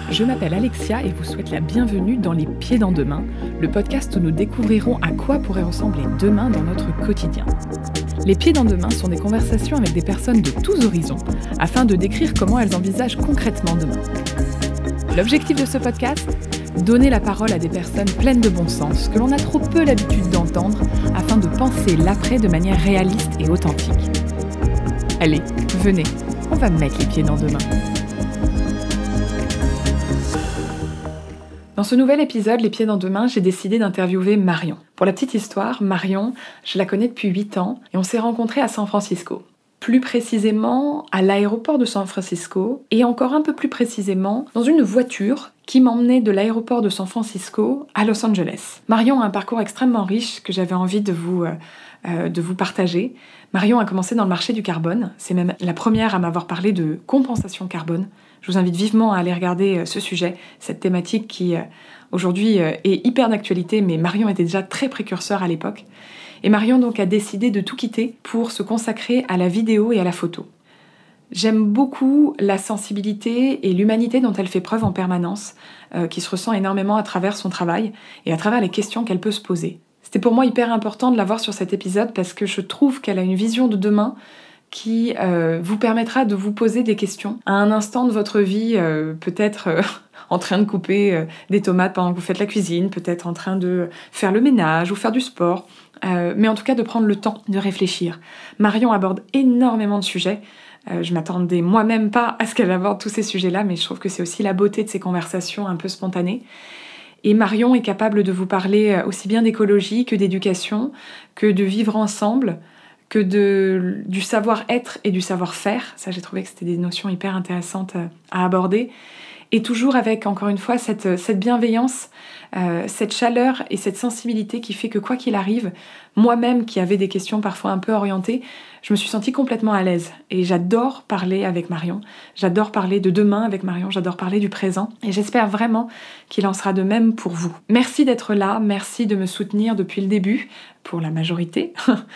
Je m'appelle Alexia et vous souhaite la bienvenue dans Les Pieds dans Demain, le podcast où nous découvrirons à quoi pourrait ressembler demain dans notre quotidien. Les Pieds dans Demain sont des conversations avec des personnes de tous horizons, afin de décrire comment elles envisagent concrètement demain. L'objectif de ce podcast ? Donner la parole à des personnes pleines de bon sens, que l'on a trop peu l'habitude d'entendre, afin de penser l'après de manière réaliste et authentique. Allez, venez, on va mettre les pieds dans demain. Dans ce nouvel épisode, Les Pieds dans Demain, j'ai décidé d'interviewer Marion. Pour la petite histoire, Marion, je la connais depuis 8 ans et on s'est rencontrés à San Francisco. Plus précisément à l'aéroport de San Francisco et encore un peu plus précisément dans une voiture qui m'emmenait de l'aéroport de San Francisco à Los Angeles. Marion a un parcours extrêmement riche que j'avais envie de vous partager. Marion a commencé dans le marché du carbone. C'est même la première à m'avoir parlé de compensation carbone. Je vous invite vivement à aller regarder ce sujet, cette thématique qui aujourd'hui est hyper d'actualité, mais Marion était déjà très précurseur à l'époque. Et Marion donc a décidé de tout quitter pour se consacrer à la vidéo et à la photo. J'aime beaucoup la sensibilité et l'humanité dont elle fait preuve en permanence, qui se ressent énormément à travers son travail et à travers les questions qu'elle peut se poser. C'était pour moi hyper important de la voir sur cet épisode parce que je trouve qu'elle a une vision de demain qui vous permettra de vous poser des questions à un instant de votre vie, peut-être en train de couper des tomates pendant que vous faites la cuisine, peut-être en train de faire le ménage ou faire du sport, mais en tout cas de prendre le temps de réfléchir. Marion aborde énormément de sujets. Je m'attendais moi-même pas à ce qu'elle aborde tous ces sujets-là, mais je trouve que c'est aussi la beauté de ces conversations un peu spontanées. Et Marion est capable de vous parler aussi bien d'écologie que d'éducation, que de vivre ensemble, que du savoir-être et du savoir-faire. Ça, j'ai trouvé que c'était des notions hyper intéressantes à aborder. Et toujours avec, encore une fois, cette bienveillance, cette chaleur et cette sensibilité qui fait que quoi qu'il arrive, moi-même qui avais des questions parfois un peu orientées, je me suis sentie complètement à l'aise. Et j'adore parler avec Marion, j'adore parler de demain avec Marion, j'adore parler du présent. Et j'espère vraiment qu'il en sera de même pour vous. Merci d'être là, merci de me soutenir depuis le début, pour la majorité.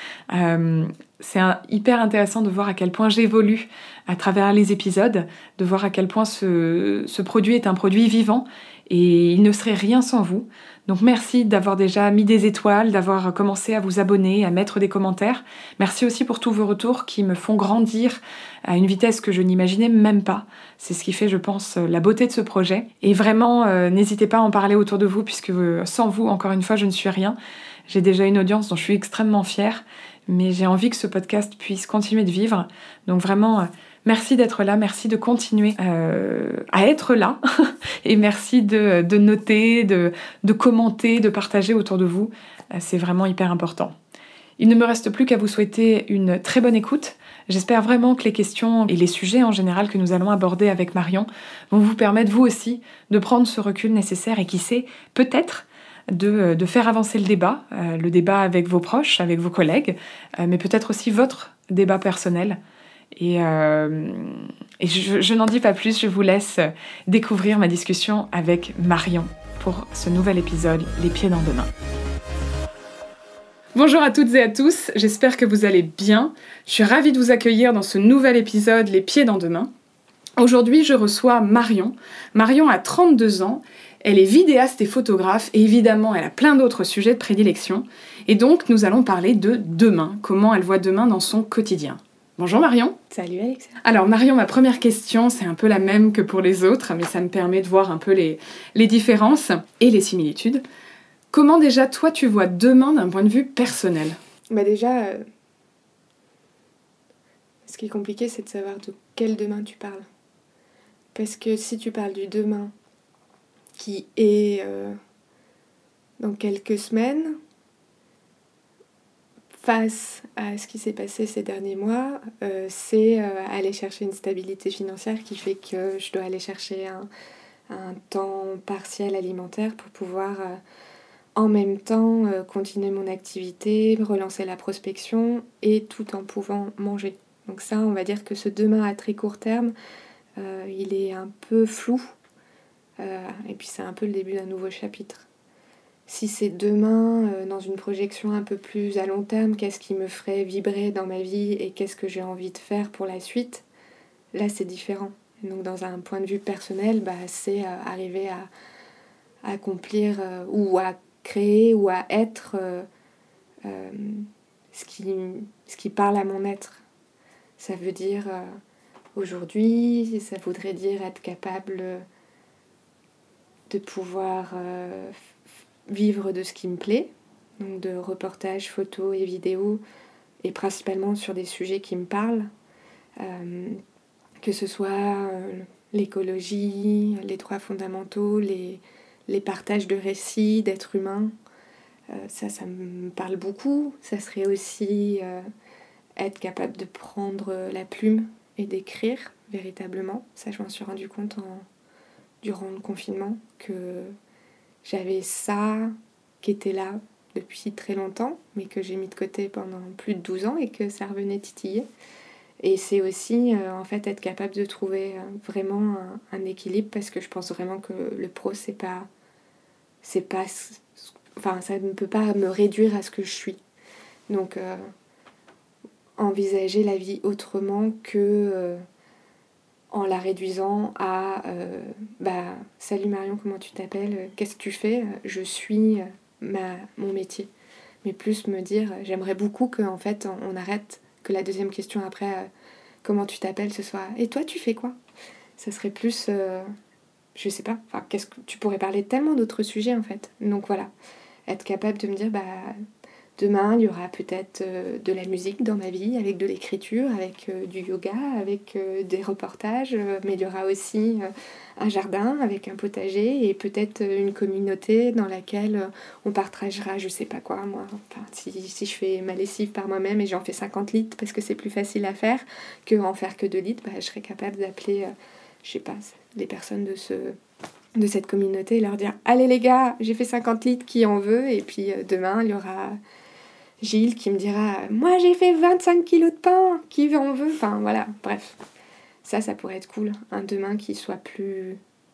C'est hyper intéressant de voir à quel point j'évolue à travers les épisodes, de voir à quel point ce produit est un produit vivant et il ne serait rien sans vous. Donc merci d'avoir déjà mis des étoiles, d'avoir commencé à vous abonner, à mettre des commentaires. Merci aussi pour tous vos retours qui me font grandir à une vitesse que je n'imaginais même pas. C'est ce qui fait, je pense, la beauté de ce projet. Et vraiment, n'hésitez pas à en parler autour de vous puisque sans vous, encore une fois, je ne suis rien. J'ai déjà une audience dont je suis extrêmement fière, mais j'ai envie que ce podcast puisse continuer de vivre. Donc vraiment, merci d'être là, merci de continuer à être là, et merci de noter, de commenter, de partager autour de vous. C'est vraiment hyper important. Il ne me reste plus qu'à vous souhaiter une très bonne écoute. J'espère vraiment que les questions et les sujets en général que nous allons aborder avec Marion vont vous permettre, vous aussi, de prendre ce recul nécessaire et qui sait, peut-être, de faire avancer le débat avec vos proches, avec vos collègues, mais peut-être aussi votre débat personnel. Et je n'en dis pas plus, je vous laisse découvrir ma discussion avec Marion pour ce nouvel épisode, Les Pieds dans Demain. Bonjour à toutes et à tous, j'espère que vous allez bien. Je suis ravie de vous accueillir dans ce nouvel épisode, Les Pieds dans Demain. Aujourd'hui, je reçois Marion. Marion a 32 ans. Elle est vidéaste et photographe et évidemment elle a plein d'autres sujets de prédilection. Et donc nous allons parler de demain, comment elle voit demain dans son quotidien. Bonjour Marion. Salut Alexia. Alors Marion, ma première question, c'est un peu la même que pour les autres, mais ça me permet de voir un peu les différences et les similitudes. Comment déjà toi tu vois demain d'un point de vue personnel ? Déjà, ce qui est compliqué c'est de savoir de quel demain tu parles. Parce que si tu parles du demain qui est dans quelques semaines, face à ce qui s'est passé ces derniers mois, c'est aller chercher une stabilité financière qui fait que je dois aller chercher un temps partiel alimentaire pour pouvoir en même temps continuer mon activité, relancer la prospection et tout en pouvant manger. Donc ça, on va dire que ce demain à très court terme, il est un peu flou. Et puis c'est un peu le début d'un nouveau chapitre. Si c'est demain, dans une projection un peu plus à long terme, qu'est-ce qui me ferait vibrer dans ma vie et qu'est-ce que j'ai envie de faire pour la suite, là c'est différent. Donc dans un point de vue personnel, c'est arriver à accomplir ou à créer ou à être ce qui parle à mon être. Ça veut dire aujourd'hui, ça voudrait dire être capable de pouvoir vivre de ce qui me plaît, donc de reportages, photos et vidéos, et principalement sur des sujets qui me parlent, que ce soit l'écologie, les droits fondamentaux, les partages de récits d'êtres humains. Ça me parle beaucoup. Ça serait aussi être capable de prendre la plume et d'écrire véritablement. Ça, je m'en suis rendu compte durant le confinement, que j'avais ça qui était là depuis très longtemps, mais que j'ai mis de côté pendant plus de 12 ans et que ça revenait titiller. Et c'est aussi en fait être capable de trouver vraiment un équilibre, parce que je pense vraiment que le pro, enfin, ça ne peut pas me réduire à ce que je suis. Donc envisager la vie autrement que en la réduisant à salut Marion, comment tu t'appelles, qu'est-ce que tu fais, je suis mon métier. Mais plus me dire, j'aimerais beaucoup qu'en fait on arrête, que la deuxième question après comment tu t'appelles ce soit et toi tu fais quoi. Ça serait plus je sais pas, enfin, qu'est-ce que tu pourrais parler de tellement d'autres sujets en fait. Donc voilà, être capable de me dire demain il y aura peut-être de la musique dans ma vie, avec de l'écriture, avec du yoga, avec des reportages, mais il y aura aussi un jardin avec un potager et peut-être une communauté dans laquelle on partagera je sais pas quoi, moi. Enfin, si je fais ma lessive par moi-même et j'en fais 50 litres parce que c'est plus facile à faire que en faire que 2 litres, je serais capable d'appeler je sais pas, les personnes de cette communauté et leur dire allez les gars, j'ai fait 50 litres, qui en veut? Et puis demain il y aura Gilles qui me dira moi j'ai fait 25 kilos de pain, qui en veut? Enfin voilà, bref, ça pourrait être cool, un demain qui soit plus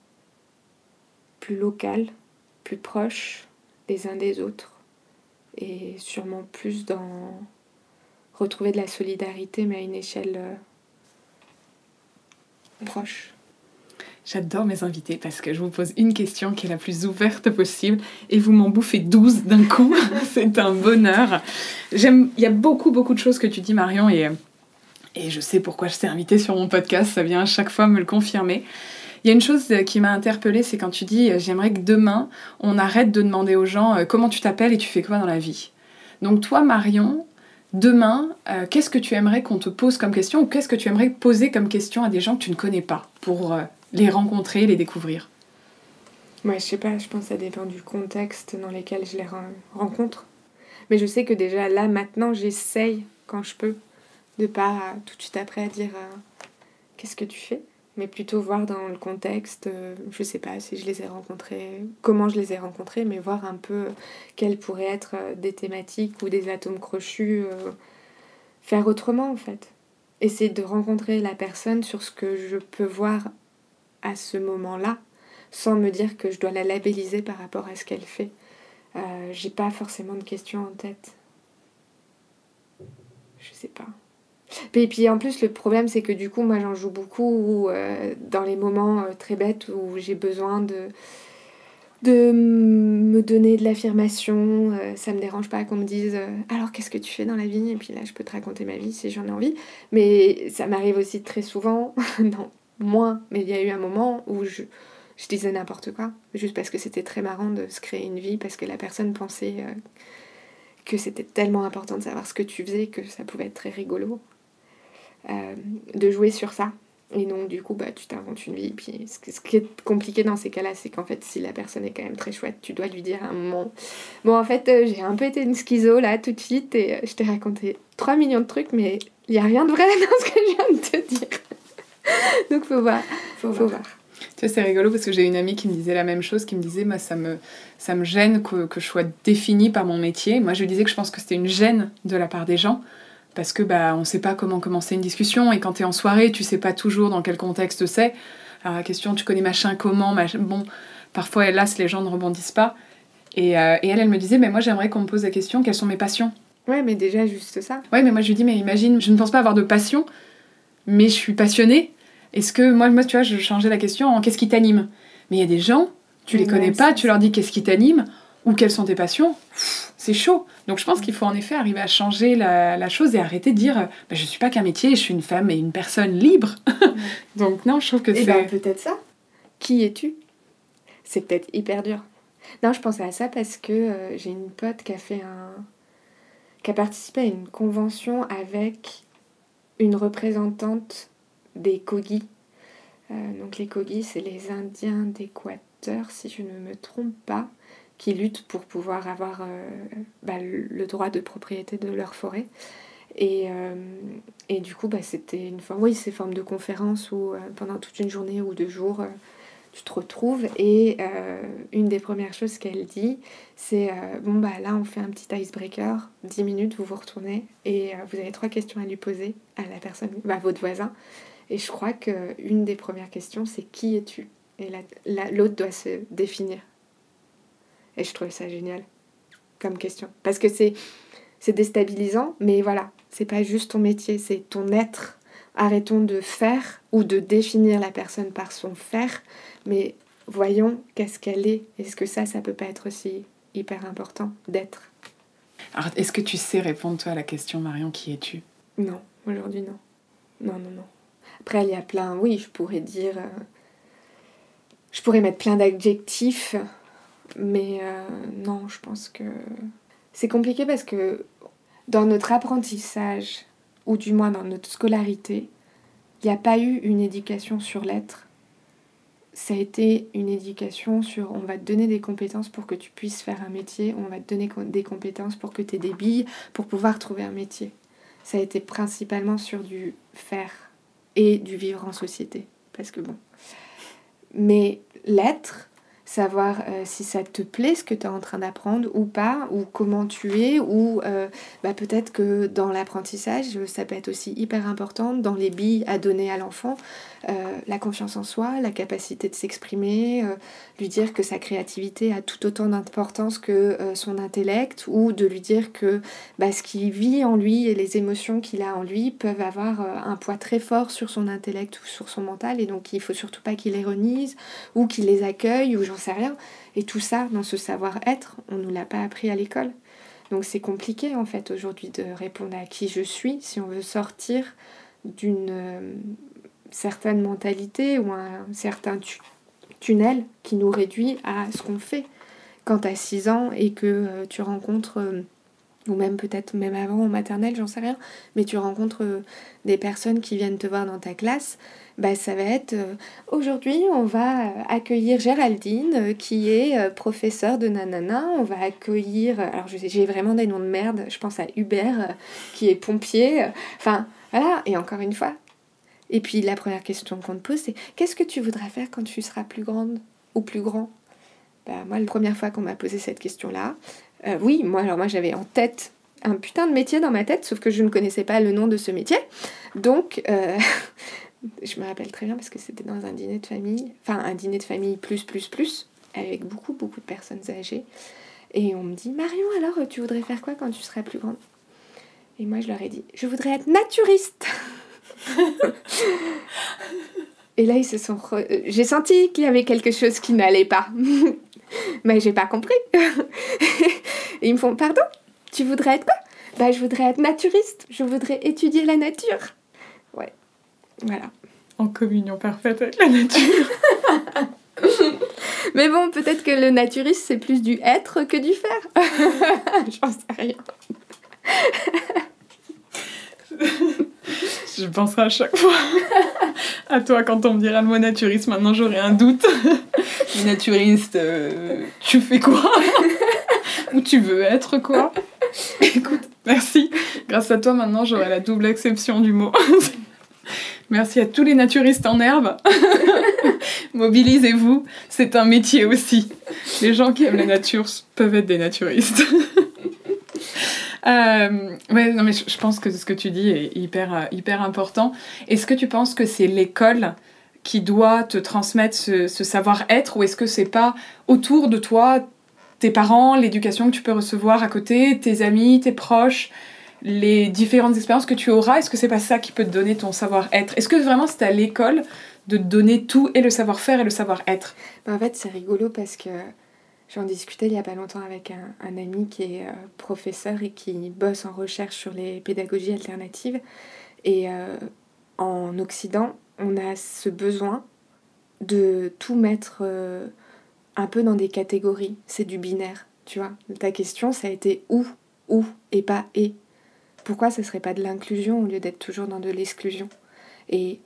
local, plus proche des uns des autres, et sûrement plus dans retrouver de la solidarité, mais à une échelle proche. J'adore mes invités parce que je vous pose une question qui est la plus ouverte possible et vous m'en bouffez 12 d'un coup. C'est un bonheur. Il y a beaucoup de choses que tu dis, Marion, et je sais pourquoi je t'ai invitée sur mon podcast, ça vient à chaque fois me le confirmer. Il y a une chose qui m'a interpellée, c'est quand tu dis « j'aimerais que demain, on arrête de demander aux gens comment tu t'appelles et tu fais quoi dans la vie ?» Donc toi, Marion, demain, qu'est-ce que tu aimerais qu'on te pose comme question, ou qu'est-ce que tu aimerais poser comme question à des gens que tu ne connais pas pour les rencontrer, les découvrir? Ouais, je sais pas, je pense que ça dépend du contexte dans lequel je les rencontre. Mais je sais que déjà là, maintenant, j'essaye, quand je peux, de pas tout de suite après dire qu'est-ce que tu fais, mais plutôt voir dans le contexte, je sais pas si je les ai rencontrés, comment je les ai rencontrés, mais voir un peu quelles pourraient être des thématiques ou des atomes crochus, faire autrement en fait. Essayer de rencontrer la personne sur ce que je peux voir à ce moment-là, sans me dire que je dois la labelliser par rapport à ce qu'elle fait. J'ai pas forcément de questions en tête. Je sais pas. Et puis en plus, le problème, c'est que du coup, moi, j'en joue beaucoup dans les moments très bêtes où j'ai besoin de me donner de l'affirmation. Ça me dérange pas qu'on me dise alors qu'est-ce que tu fais dans la vie? Et puis là, je peux te raconter ma vie si j'en ai envie. Mais ça m'arrive aussi très souvent, non, moins, mais il y a eu un moment où je disais n'importe quoi, juste parce que c'était très marrant de se créer une vie, parce que la personne pensait que c'était tellement important de savoir ce que tu faisais que ça pouvait être très rigolo. De jouer sur ça. Et donc du coup tu t'inventes une vie. Puis ce qui est compliqué dans ces cas-là, c'est qu'en fait si la personne est quand même très chouette, tu dois lui dire à un moment bon en fait j'ai un peu été une schizo là tout de suite et je t'ai raconté 3 millions de trucs, mais il n'y a rien de vrai dans ce que je viens de te dire. Donc faut voir. Tu vois, c'est rigolo parce que j'ai une amie qui me disait la même chose, qui me disait moi ça me gêne que je sois définie par mon métier. Moi je lui disais que je pense que c'était une gêne de la part des gens, parce que on sait pas comment commencer une discussion, et quand t'es en soirée, tu sais pas toujours dans quel contexte c'est. Alors la question, tu connais machin comment, bon, parfois hélas les gens ne rebondissent pas. Et elle me disait, mais moi j'aimerais qu'on me pose la question, quelles sont mes passions? Ouais, mais déjà juste ça. Ouais, mais moi je lui dis, mais imagine, je ne pense pas avoir de passion, mais je suis passionnée. Est-ce que, moi tu vois, je changeais la question en qu'est-ce qui t'anime ? Mais il y a des gens, tu les connais pas, tu leur dis qu'est-ce qui t'anime ou quelles sont tes passions, c'est chaud. Donc je pense qu'il faut en effet arriver à changer la chose et arrêter de dire je suis pas qu'un métier, je suis une femme et une personne libre. Donc non, je trouve que c'est... peut-être ça. Qui es-tu ? C'est peut-être hyper dur. Non, je pensais à ça parce que j'ai une pote qui a participé à une convention avec une représentante des Kogi. Donc les Kogi, c'est les Indiens d'Équateur, si je ne me trompe pas, qui luttent pour pouvoir avoir le droit de propriété de leur forêt. Et du coup, c'était ces formes de conférences où pendant toute une journée ou 2 jours, tu te retrouves. Et une des premières choses qu'elle dit, c'est là, on fait un petit icebreaker, 10 minutes, vous vous retournez, et vous avez 3 questions à lui poser à la personne, votre voisin. Et je crois qu'une des premières questions, c'est qui es-tu ? Et l'autre doit se définir. Et je trouve ça génial comme question. Parce que c'est déstabilisant, mais voilà, c'est pas juste ton métier, c'est ton être. Arrêtons de faire ou de définir la personne par son faire, mais voyons qu'est-ce qu'elle est. Est-ce que ça peut pas être aussi hyper important d'être ? Alors, est-ce que tu sais répondre, toi, à la question, Marion, qui es-tu ? Non, aujourd'hui, non. Non. Après, il y a plein... Oui, je pourrais dire... Je pourrais mettre plein d'adjectifs, mais non, je pense que... C'est compliqué parce que dans notre apprentissage, ou du moins dans notre scolarité, il n'y a pas eu une éducation sur l'être. Ça a été une éducation sur on va te donner des compétences pour que tu puisses faire un métier, on va te donner des compétences pour que tu aies des billes pour pouvoir trouver un métier. Ça a été principalement sur du faire et du vivre en société. Parce que bon. Mais l'être, savoir si ça te plaît ce que tu es en train d'apprendre ou pas, ou comment tu es, ou peut-être que dans l'apprentissage, ça peut être aussi hyper important, dans les billes à donner à l'enfant, la confiance en soi, la capacité de s'exprimer, lui dire que sa créativité a tout autant d'importance que son intellect, ou de lui dire que ce qu'il vit en lui et les émotions qu'il a en lui peuvent avoir un poids très fort sur son intellect ou sur son mental, et donc il faut surtout pas qu'il les renise, ou qu'il les accueille, ou j'en sais rien. Et tout ça, dans ce savoir-être, on nous l'a pas appris à l'école. Donc c'est compliqué en fait aujourd'hui de répondre à qui je suis si on veut sortir d'une certaine mentalité ou un certain tunnel qui nous réduit à ce qu'on fait. Quand tu as 6 ans et que tu rencontres... ou même peut-être même avant en maternelle, j'en sais rien, mais tu rencontres des personnes qui viennent te voir dans ta classe, ça va être aujourd'hui on va accueillir Géraldine qui est professeure de nanana, on va accueillir, alors j'ai vraiment des noms de merde, je pense à Hubert qui est pompier, enfin voilà, et encore une fois. Et puis la première question qu'on te pose c'est qu'est-ce que tu voudrais faire quand tu seras plus grande ou plus grand ? Moi la première fois qu'on m'a posé cette question-là, moi j'avais en tête un putain de métier dans ma tête, sauf que je ne connaissais pas le nom de ce métier. Donc, je me rappelle très bien parce que c'était dans un dîner de famille, un dîner de famille plus, avec beaucoup de personnes âgées. Et on me dit, Marion, alors tu voudrais faire quoi quand tu seras plus grande ? Et moi je leur ai dit, je voudrais être naturiste. Et là, j'ai senti qu'il y avait quelque chose qui n'allait pas. Mais j'ai pas compris. Et ils me font, pardon, tu voudrais être quoi ? Je voudrais être naturiste. Je voudrais étudier la nature. Ouais, voilà. En communion parfaite avec la nature. Mais bon, peut-être que le naturiste, c'est plus du être que du faire. J'en sais rien. Je penserai à chaque fois à toi quand on me dira le mot naturiste. Maintenant, j'aurai un doute. Naturiste, tu fais quoi ? Ou tu veux être quoi ? Écoute, merci. Grâce à toi, maintenant, j'aurai la double acception du mot. Merci à tous les naturistes en herbe. Mobilisez-vous, c'est un métier aussi. Les gens qui aiment la nature peuvent être des naturistes. Mais je pense que ce que tu dis est hyper important. Est-ce que tu penses que c'est l'école qui doit te transmettre ce savoir-être, ou est-ce que c'est pas autour de toi, tes parents, l'éducation que tu peux recevoir à côté, tes amis, tes proches, les différentes expériences que tu auras, est-ce que c'est pas ça qui peut te donner ton savoir-être? Est-ce que vraiment c'est à l'école de te donner tout, et le savoir-faire et le savoir-être? En fait, c'est rigolo parce que j'en discutais il y a pas longtemps avec un ami qui est professeur et qui bosse en recherche sur les pédagogies alternatives. Et en Occident, on a ce besoin de tout mettre un peu dans des catégories. C'est du binaire, tu vois. Ta question, ça a été ou, et pas et. Pourquoi ça serait pas de l'inclusion au lieu d'être toujours dans de l'exclusion? Et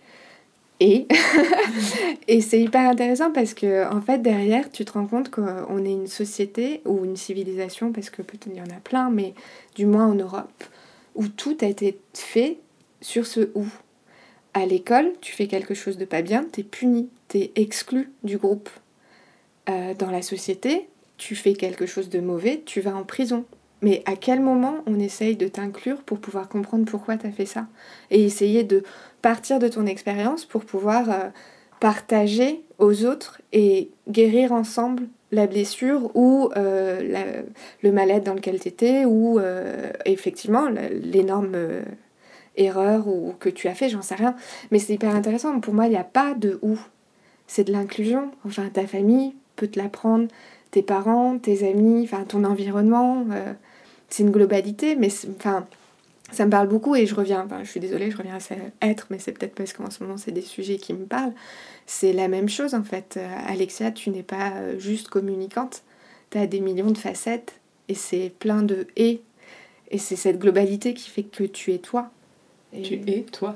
et c'est hyper intéressant parce que en fait derrière tu te rends compte qu'on est une société ou une civilisation, parce que peut-être il y en a plein, mais du moins en Europe, où tout a été fait sur ce ou. À l'école, tu fais quelque chose de pas bien, t'es puni, t'es exclu du groupe. Dans la société, tu fais quelque chose de mauvais, tu vas en prison. Mais à quel moment on essaye de t'inclure pour pouvoir comprendre pourquoi t'as fait ça? Et essayer de partir de ton expérience pour pouvoir partager aux autres et guérir ensemble la blessure ou le mal-être dans lequel t'étais, ou effectivement l'énorme erreur ou que tu as fait, j'en sais rien. Mais c'est hyper intéressant. Pour moi, il n'y a pas de ou. C'est de l'inclusion. Enfin, ta famille peut te l'apprendre, tes parents, tes amis, enfin ton environnement. C'est une globalité, mais enfin, ça me parle beaucoup et je suis désolée, je reviens à ça, être, mais c'est peut-être parce qu'en ce moment, c'est des sujets qui me parlent. C'est la même chose, en fait. Alexia, tu n'es pas juste communicante. Tu as des millions de facettes et c'est plein de « et ». Et c'est cette globalité qui fait que tu es toi. Et... Tu es toi.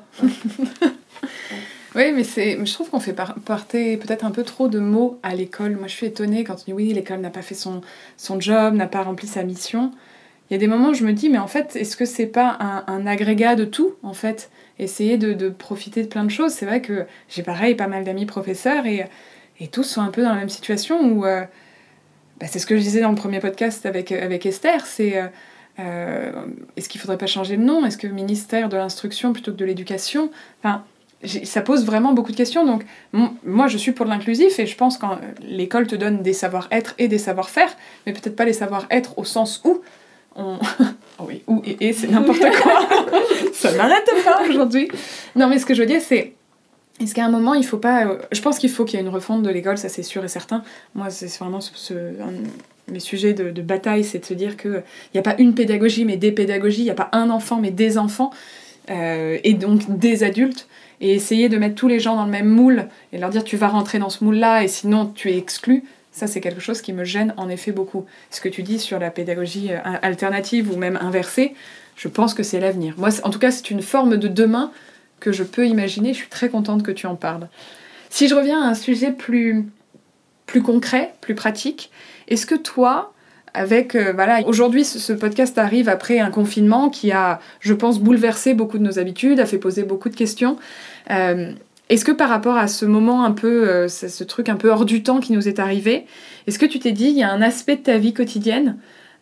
Oui, mais je trouve qu'on fait porter peut-être un peu trop de mots à l'école. Moi, je suis étonnée quand on dit oui, l'école n'a pas fait son job, n'a pas rempli sa mission. Il y a des moments où je me dis, mais en fait, est-ce que c'est pas un agrégat de tout, en fait? Essayer de profiter de plein de choses. C'est vrai que j'ai pareil, pas mal d'amis professeurs, et tous sont un peu dans la même situation où... c'est ce que je disais dans le premier podcast avec Esther, c'est... est-ce qu'il faudrait pas changer de nom? Est-ce que ministère de l'instruction plutôt que de l'éducation? Enfin... ça pose vraiment beaucoup de questions, donc moi je suis pour l'inclusif et je pense que l'école te donne des savoir-être et des savoir-faire, mais peut-être pas les savoir-être au sens où oh oui, ou et c'est n'importe quoi. Ça n'arrête pas aujourd'hui. Non, mais ce que je veux dire, c'est est-ce qu'à un moment il faut pas je pense qu'il faut qu'il y ait une refonte de l'école, ça c'est sûr et certain. Moi c'est vraiment mes sujets de bataille, c'est de se dire qu'il n'y a pas une pédagogie mais des pédagogies, il n'y a pas un enfant mais des enfants, et donc des adultes. Et essayer de mettre tous les gens dans le même moule et leur dire tu vas rentrer dans ce moule-là et sinon tu es exclu, ça c'est quelque chose qui me gêne en effet beaucoup. Ce que tu dis sur la pédagogie alternative ou même inversée, je pense que c'est l'avenir. Moi, en tout cas, c'est une forme de demain que je peux imaginer. Je suis très contente que tu en parles. Si je reviens à un sujet plus concret, plus pratique, est-ce que toi... aujourd'hui ce podcast arrive après un confinement qui a, je pense, bouleversé beaucoup de nos habitudes, a fait poser beaucoup de questions. Est-ce que par rapport à ce moment un peu, ce truc un peu hors du temps qui nous est arrivé, est-ce que tu t'es dit, il y a un aspect de ta vie quotidienne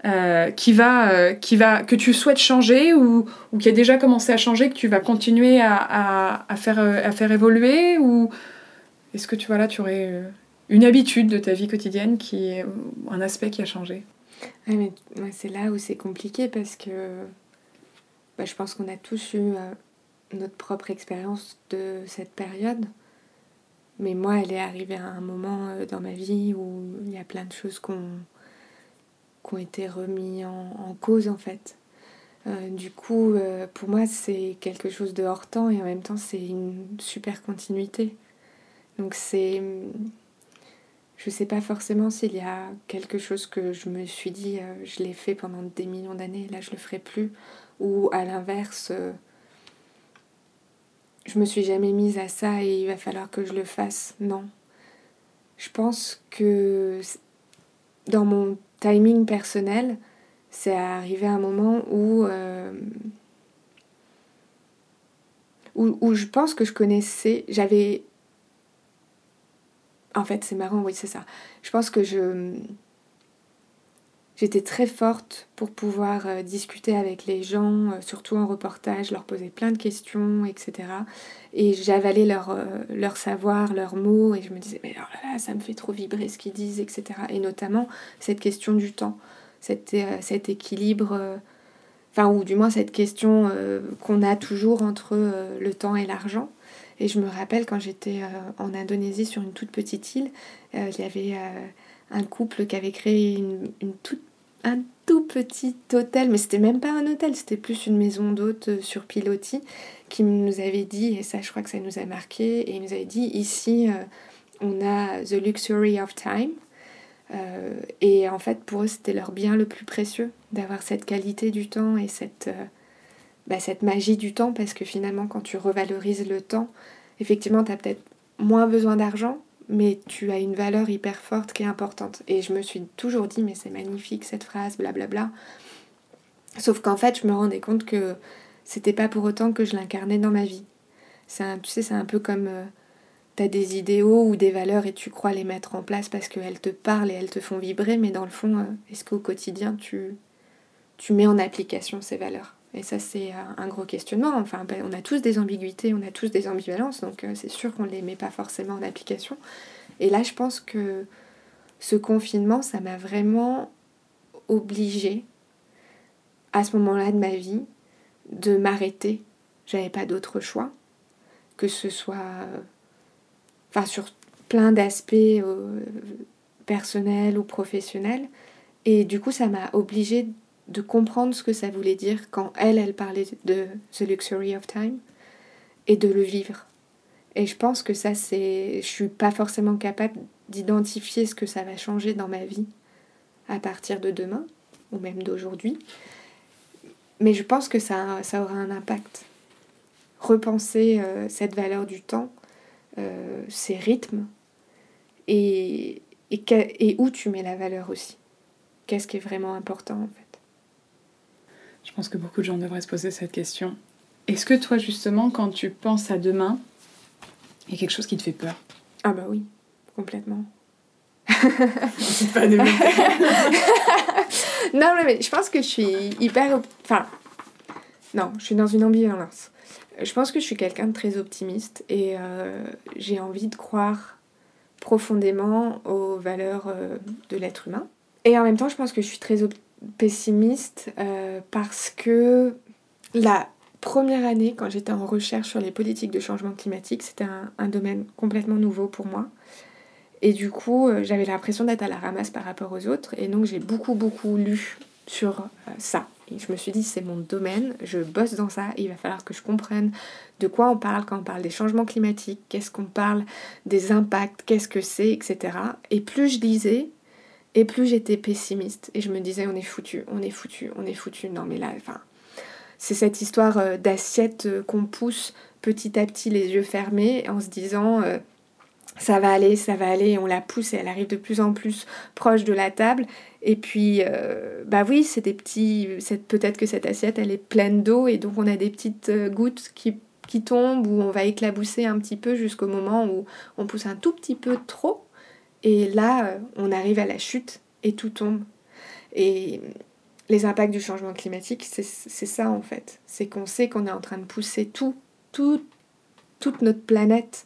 que tu souhaites changer ou qui a déjà commencé à changer, que tu vas continuer à faire évoluer, ou est-ce que tu aurais une habitude de ta vie quotidienne un aspect qui a changé? Ouais, mais c'est là où c'est compliqué parce que je pense qu'on a tous eu notre propre expérience de cette période. Mais moi, elle est arrivée à un moment dans ma vie où il y a plein de choses qui ont été remises en cause, en fait. Du coup, pour moi, c'est quelque chose de hors temps et en même temps, c'est une super continuité. Donc je sais pas forcément s'il y a quelque chose que je me suis dit, je l'ai fait pendant des millions d'années, là je le ferai plus. Ou à l'inverse, je me suis jamais mise à ça et il va falloir que je le fasse. Non. Je pense que dans mon timing personnel, c'est arrivé à un moment où je pense que je connaissais, en fait, c'est marrant, oui, c'est ça. Je pense que j'étais très forte pour pouvoir discuter avec les gens, surtout en reportage, leur poser plein de questions, etc. Et j'avalais leur savoir, leurs mots, et je me disais, mais oh là là, ça me fait trop vibrer ce qu'ils disent, etc. Et notamment, cette question du temps, cet équilibre enfin, ou du moins cette question qu'on a toujours entre le temps et l'argent. Et je me rappelle quand j'étais en Indonésie sur une toute petite île, il y avait un couple qui avait créé un tout petit hôtel, mais c'était même pas un hôtel, c'était plus une maison d'hôtes sur pilotis, qui nous avait dit, et ça je crois que ça nous a marqué, et il nous avait dit ici on a the luxury of time. Et en fait pour eux c'était leur bien le plus précieux d'avoir cette qualité du temps et cette magie du temps, parce que finalement quand tu revalorises le temps, effectivement tu as peut-être moins besoin d'argent, mais tu as une valeur hyper forte qui est importante. Et je me suis toujours dit mais c'est magnifique cette phrase, blablabla. Sauf qu'en fait je me rendais compte que c'était pas pour autant que je l'incarnais dans ma vie. C'est un peu comme t'as des idéaux ou des valeurs et tu crois les mettre en place parce qu'elles te parlent et elles te font vibrer, mais dans le fond, est-ce qu'au quotidien tu mets en application ces valeurs ? Et ça, c'est un gros questionnement. Enfin, on a tous des ambiguïtés, on a tous des ambivalences, donc c'est sûr qu'on ne les met pas forcément en application. Et là, je pense que ce confinement, ça m'a vraiment obligée, à ce moment-là de ma vie, de m'arrêter. J'avais pas d'autre choix, que ce soit sur plein d'aspects personnels ou professionnels. Et du coup, ça m'a obligée de comprendre ce que ça voulait dire quand elle parlait de The Luxury of Time et de le vivre. Et je pense que ça, je suis pas forcément capable d'identifier ce que ça va changer dans ma vie à partir de demain ou même d'aujourd'hui. Mais je pense que ça aura un impact. Repenser cette valeur du temps, ces rythmes et où tu mets la valeur aussi. Qu'est-ce qui est vraiment important en fait? Je pense que beaucoup de gens devraient se poser cette question. Est-ce que toi justement quand tu penses à demain, il y a quelque chose qui te fait peur? Ah bah oui, complètement. C'est pas développé. Non mais je pense que je suis hyper... non, je suis dans une ambivalence. Je pense que je suis quelqu'un de très optimiste et j'ai envie de croire profondément aux valeurs de l'être humain. Et en même temps, je pense que je suis très pessimiste parce que la première année, quand j'étais en recherche sur les politiques de changement climatique, c'était un domaine complètement nouveau pour moi. Et du coup, j'avais l'impression d'être à la ramasse par rapport aux autres. Et donc, j'ai beaucoup lu sur ça. Et je me suis dit, c'est mon domaine, je bosse dans ça, il va falloir que je comprenne de quoi on parle quand on parle des changements climatiques, qu'est-ce qu'on parle des impacts, qu'est-ce que c'est, etc. Et plus je lisais, et plus j'étais pessimiste. Et je me disais, on est foutu. Non mais là, c'est cette histoire d'assiette qu'on pousse petit à petit les yeux fermés en se disant... ça va aller, et on la pousse et elle arrive de plus en plus proche de la table. Et puis, oui, c'est des petits... peut-être que cette assiette, elle est pleine d'eau et donc on a des petites gouttes qui tombent ou on va éclabousser un petit peu jusqu'au moment où on pousse un tout petit peu trop. Et là, on arrive à la chute et tout tombe. Et les impacts du changement climatique, c'est ça en fait. C'est qu'on sait qu'on est en train de pousser toute notre planète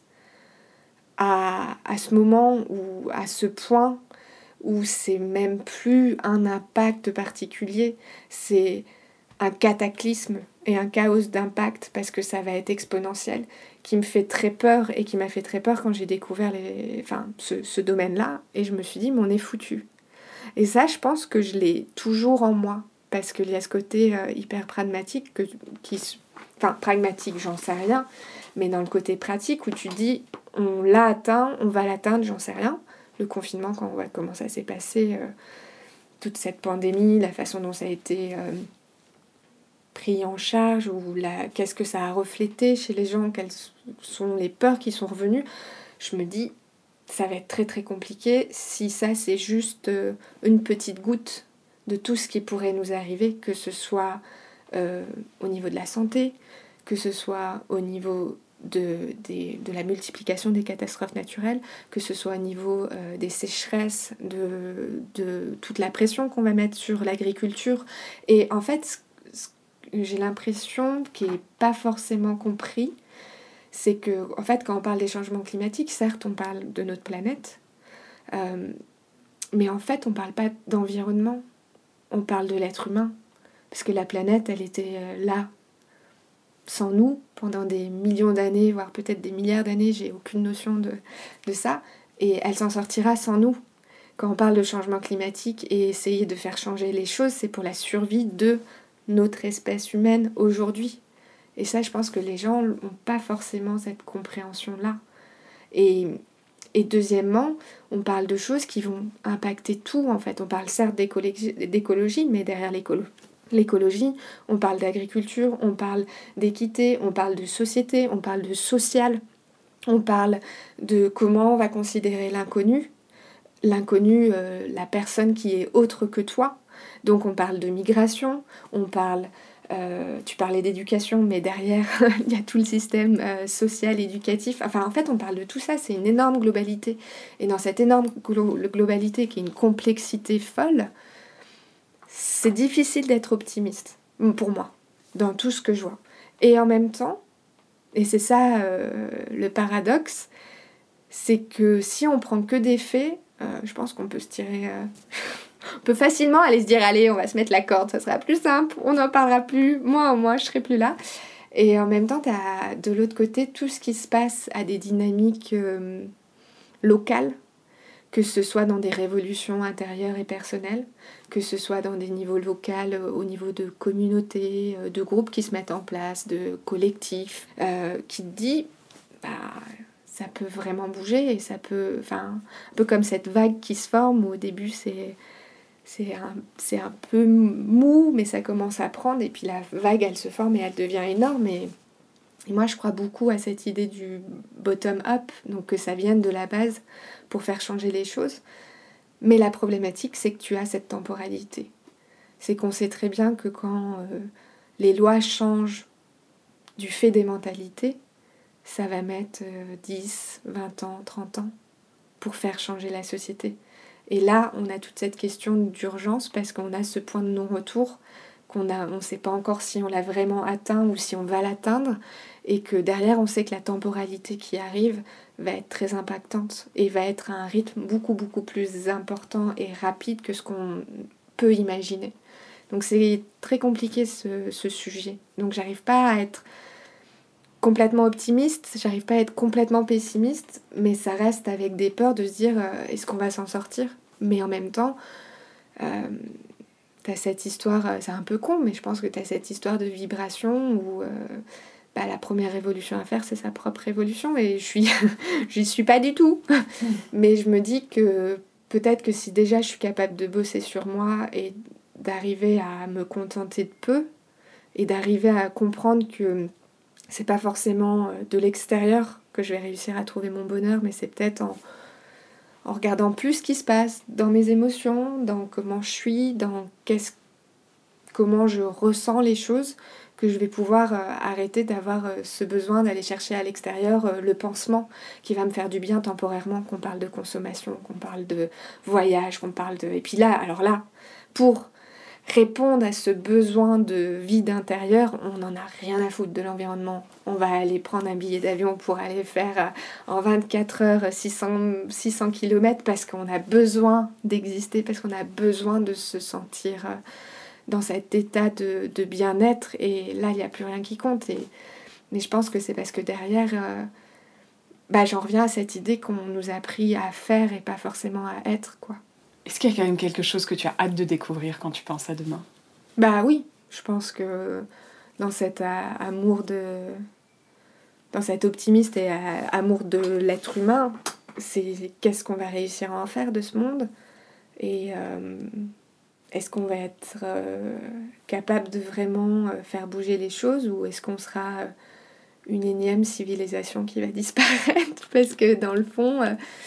à ce moment ou à ce point où c'est même plus un impact particulier, c'est un cataclysme et un chaos d'impact parce que ça va être exponentiel, qui me fait très peur et qui m'a fait très peur quand j'ai découvert ce domaine-là, et je me suis dit mais on est foutu. Et ça, je pense que je l'ai toujours en moi parce qu'il y a ce côté hyper pragmatique pragmatique, j'en sais rien, mais dans le côté pratique où tu dis on l'a atteint, on va l'atteindre, j'en sais rien. Le confinement, quand on voit comment ça s'est passé, toute cette pandémie, la façon dont ça a été pris en charge, ou qu'est-ce que ça a reflété chez les gens, quelles sont les peurs qui sont revenues, je me dis, ça va être très très compliqué si ça c'est juste une petite goutte de tout ce qui pourrait nous arriver, que ce soit au niveau de la santé, que ce soit au niveau de la multiplication des catastrophes naturelles, que ce soit au niveau des sécheresses, de toute la pression qu'on va mettre sur l'agriculture. Et en fait, j'ai l'impression qu'il n'est pas forcément compris, c'est que en fait, quand on parle des changements climatiques, certes, on parle de notre planète, mais en fait, on ne parle pas d'environnement, on parle de l'être humain. parce que la planète, elle était là, sans nous, pendant des millions d'années, voire peut-être des milliards d'années, j'ai aucune notion de ça, et elle s'en sortira sans nous. Quand on parle de changement climatique et essayer de faire changer les choses, c'est pour la survie de notre espèce humaine aujourd'hui. Et ça, je pense que les gens n'ont pas forcément cette compréhension-là. Et deuxièmement, on parle de choses qui vont impacter tout, en fait. On parle certes d'écologie, mais derrière l'écologie, on parle d'agriculture, on parle d'équité, on parle de société, on parle de social, on parle de comment on va considérer l'inconnu. L'inconnu, la personne qui est autre que toi. Donc on parle de migration, on parle... tu parlais d'éducation, mais derrière, il y a tout le système social, éducatif. Enfin, en fait, on parle de tout ça, c'est une énorme globalité. Et dans cette énorme globalité, qui est une complexité folle, c'est difficile d'être optimiste, pour moi, dans tout ce que je vois. Et en même temps, et c'est ça le paradoxe, c'est que si on prend que des faits, je pense qu'on peut se tirer... on peut facilement aller se dire, allez, on va se mettre la corde, ça sera plus simple, on n'en parlera plus, moi, je serai plus là. Et en même temps, tu as de l'autre côté tout ce qui se passe à des dynamiques locales, que ce soit dans des révolutions intérieures et personnelles, que ce soit dans des niveaux locaux, au niveau de communautés, de groupes qui se mettent en place, de collectifs, qui te dit... ça peut vraiment bouger et ça peut... Enfin, un peu comme cette vague qui se forme où au début c'est un peu mou, mais ça commence à prendre et puis la vague elle se forme et elle devient énorme. Et moi je crois beaucoup à cette idée du bottom-up, donc que ça vienne de la base pour faire changer les choses. Mais la problématique c'est que tu as cette temporalité. C'est qu'on sait très bien que quand les lois changent du fait des mentalités, ça va mettre 10, 20 ans, 30 ans pour faire changer la société. Et là, on a toute cette question d'urgence parce qu'on a ce point de non-retour on ne sait pas encore si on l'a vraiment atteint ou si on va l'atteindre, et que derrière, on sait que la temporalité qui arrive va être très impactante et va être à un rythme beaucoup, beaucoup plus important et rapide que ce qu'on peut imaginer. Donc c'est très compliqué ce sujet. Donc j'arrive pas à être complètement optimiste, j'arrive pas à être complètement pessimiste, mais ça reste avec des peurs de se dire est-ce qu'on va s'en sortir ? Mais en même temps, t'as cette histoire, c'est un peu con, mais je pense que t'as cette histoire de vibration où la première révolution à faire, c'est sa propre révolution, et j'y suis pas du tout. Mais je me dis que peut-être que si déjà je suis capable de bosser sur moi et d'arriver à me contenter de peu, et d'arriver à comprendre que c'est pas forcément de l'extérieur que je vais réussir à trouver mon bonheur, mais c'est peut-être en regardant plus ce qui se passe dans mes émotions, dans comment je suis, dans comment je ressens les choses, que je vais pouvoir arrêter d'avoir ce besoin d'aller chercher à l'extérieur le pansement qui va me faire du bien temporairement, qu'on parle de consommation, qu'on parle de voyage, qu'on parle de... Et puis là, pour répondre à ce besoin de vide intérieur, on n'en a rien à foutre de l'environnement. On va aller prendre un billet d'avion pour aller faire en 24 heures 600 km parce qu'on a besoin d'exister, parce qu'on a besoin de se sentir dans cet état de bien-être. Et là, il n'y a plus rien qui compte. Mais je pense que c'est parce que derrière, j'en reviens à cette idée qu'on nous a appris à faire et pas forcément à être, quoi. Est-ce qu'il y a quand même quelque chose que tu as hâte de découvrir quand tu penses à demain ? Oui, je pense que dans cet amour dans cet optimisme et amour de l'être humain, c'est qu'est-ce qu'on va réussir à en faire de ce monde, et est-ce qu'on va être capable de vraiment faire bouger les choses, ou est-ce qu'on sera une énième civilisation qui va disparaître parce que dans le fond...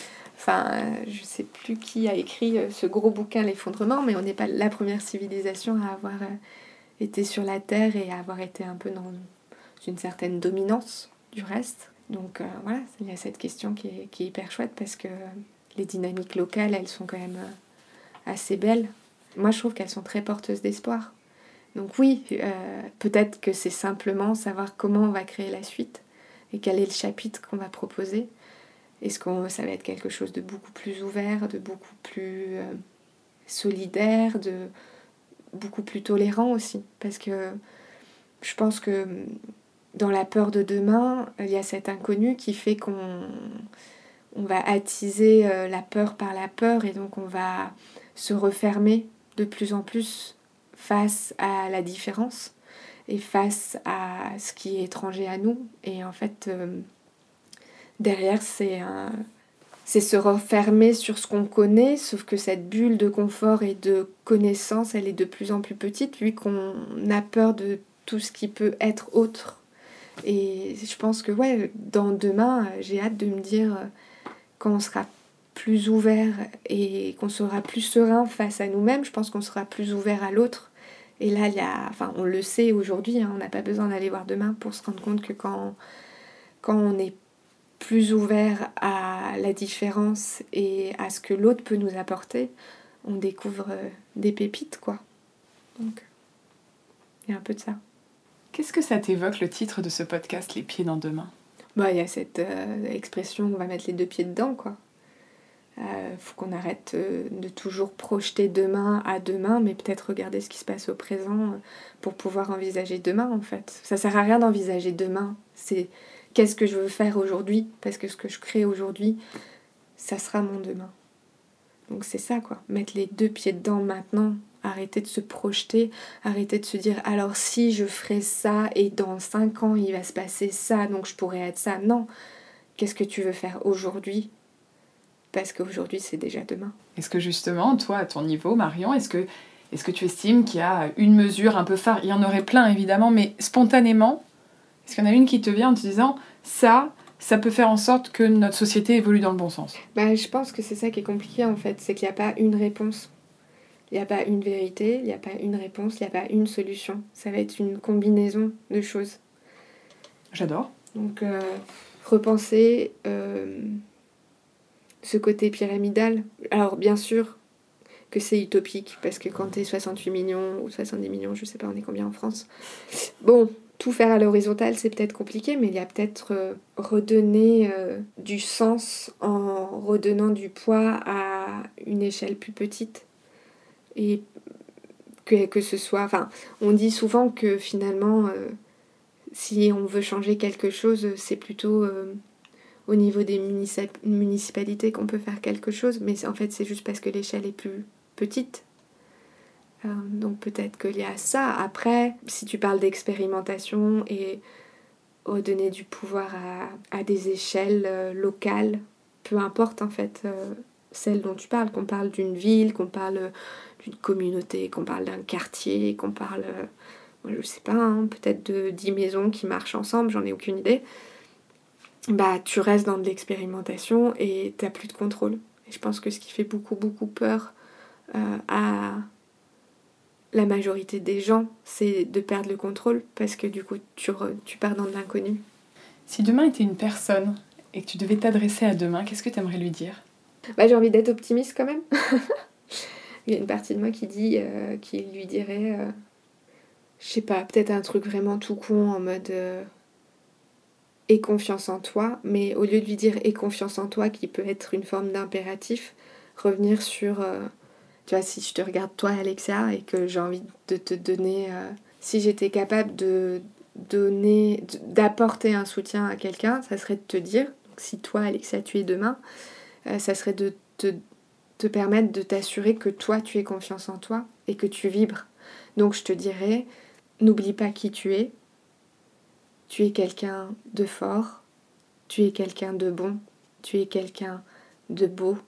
je sais plus qui a écrit ce gros bouquin, L'effondrement, mais on n'est pas la première civilisation à avoir été sur la Terre et à avoir été un peu dans une certaine dominance du reste. Donc voilà, il y a cette question qui est hyper chouette parce que les dynamiques locales, elles sont quand même assez belles. Moi, je trouve qu'elles sont très porteuses d'espoir. Donc oui, peut-être que c'est simplement savoir comment on va créer la suite et quel est le chapitre qu'on va proposer. Est-ce que ça va être quelque chose de beaucoup plus ouvert, de beaucoup plus solidaire, beaucoup plus tolérant aussi. Parce que je pense que dans la peur de demain, il y a cet inconnu qui fait qu'on va attiser la peur par la peur et donc on va se refermer de plus en plus face à la différence et face à ce qui est étranger à nous. Et en fait, derrière, c'est se refermer sur ce qu'on connaît, sauf que cette bulle de confort et de connaissance, elle est de plus en plus petite, vu qu'on a peur de tout ce qui peut être autre. Et je pense que dans demain, j'ai hâte de me dire, quand on sera plus ouvert et qu'on sera plus serein face à nous-mêmes, je pense qu'on sera plus ouvert à l'autre. Et là, on le sait aujourd'hui, on n'a pas besoin d'aller voir demain pour se rendre compte que quand on est plus ouvert à la différence et à ce que l'autre peut nous apporter, on découvre des pépites, quoi. Donc, il y a un peu de ça. Qu'est-ce que ça t'évoque, le titre de ce podcast, Les pieds dans demain ? Il y a cette expression, on va mettre les 2 pieds dedans, quoi. Faut qu'on arrête de toujours projeter demain à demain, mais peut-être regarder ce qui se passe au présent pour pouvoir envisager demain, en fait. Ça sert à rien d'envisager demain. C'est qu'est-ce que je veux faire aujourd'hui, parce que ce que je crée aujourd'hui, ça sera mon demain. Donc c'est ça, quoi. Mettre les 2 pieds dedans maintenant. Arrêter de se projeter, arrêter de se dire alors si je ferais ça et dans 5 ans il va se passer ça, donc je pourrais être ça. Non, qu'est-ce que tu veux faire aujourd'hui ? Parce qu'aujourd'hui c'est déjà demain. Est-ce que justement, toi à ton niveau, Marion, est-ce que tu estimes qu'il y a une mesure un peu phare ? Il y en aurait plein évidemment, mais spontanément, est-ce qu'il y en a une qui te vient en te disant ça peut faire en sorte que notre société évolue dans le bon sens ? Je pense que c'est ça qui est compliqué en fait, c'est qu'il n'y a pas une réponse. Il n'y a pas une vérité, il n'y a pas une réponse, il n'y a pas une solution. Ça va être une combinaison de choses. J'adore. Donc, repenser ce côté pyramidal. Alors, bien sûr que c'est utopique, parce que quand t'es 68 millions ou 70 millions, je sais pas, on est combien en France. Bon, tout faire à l'horizontale, c'est peut-être compliqué, mais il y a peut-être redonner du sens en redonnant du poids à une échelle plus petite. Et que ce soit... Enfin, on dit souvent que finalement, si on veut changer quelque chose, c'est plutôt au niveau des municipalités qu'on peut faire quelque chose. Mais en fait, c'est juste parce que l'échelle est plus petite. Donc peut-être qu'il y a ça. Après, si tu parles d'expérimentation et redonner du pouvoir à des échelles locales, peu importe en fait... celle dont tu parles, qu'on parle d'une ville, qu'on parle d'une communauté, qu'on parle d'un quartier, qu'on parle, je sais pas, peut-être de 10 maisons qui marchent ensemble, j'en ai aucune idée. Tu restes dans de l'expérimentation et t'as plus de contrôle. Et je pense que ce qui fait beaucoup, beaucoup peur à la majorité des gens, c'est de perdre le contrôle parce que du coup, tu pars dans de l'inconnu. Si demain était une personne et que tu devais t'adresser à demain, qu'est-ce que tu aimerais lui dire ? J'ai envie d'être optimiste quand même. Il y a une partie de moi qui lui dirait, je sais pas, peut-être un truc vraiment tout con en mode aie confiance en toi, mais au lieu de lui dire aie confiance en toi, qui peut être une forme d'impératif, revenir sur, tu vois, si je te regarde toi Alexia et que j'ai envie de te donner, si j'étais capable d'apporter un soutien à quelqu'un, ça serait de te dire, donc si toi Alexia tu es demain, ça serait de te permettre de t'assurer que toi, tu aies confiance en toi et que tu vibres. Donc, je te dirais, n'oublie pas qui tu es. Tu es quelqu'un de fort. Tu es quelqu'un de bon. Tu es quelqu'un de beau.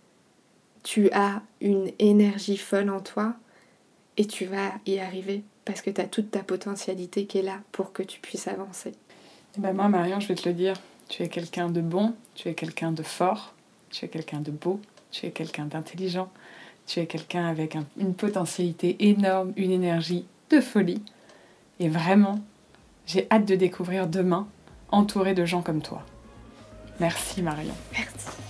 Tu as une énergie folle en toi et tu vas y arriver parce que tu as toute ta potentialité qui est là pour que tu puisses avancer. Moi, Marion, je vais te le dire. Tu es quelqu'un de bon. Tu es quelqu'un de fort. Tu es quelqu'un de beau, tu es quelqu'un d'intelligent, tu es quelqu'un avec une potentialité énorme, une énergie de folie. Et vraiment, j'ai hâte de découvrir demain, entourée de gens comme toi. Merci Marion. Merci.